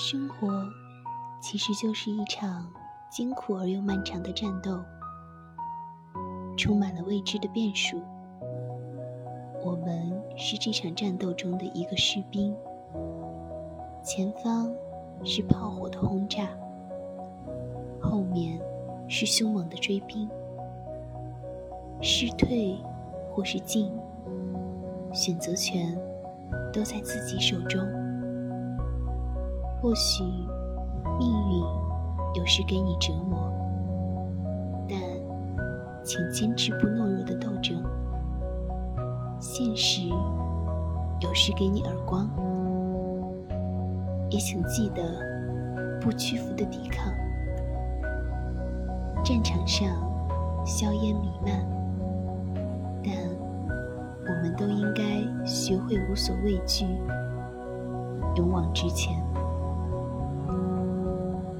生活其实就是一场艰苦而又漫长的战斗，充满了未知的变数。我们是这场战斗中的一个士兵，前方是炮火的轰炸，后面是凶猛的追兵。是退或是进，选择权都在自己手中。或许命运有时给你折磨，但请坚持不懦弱的斗争。现实有时给你耳光，也请记得不屈服的抵抗。战场上硝烟弥漫，但我们都应该学会无所畏惧，勇往直前。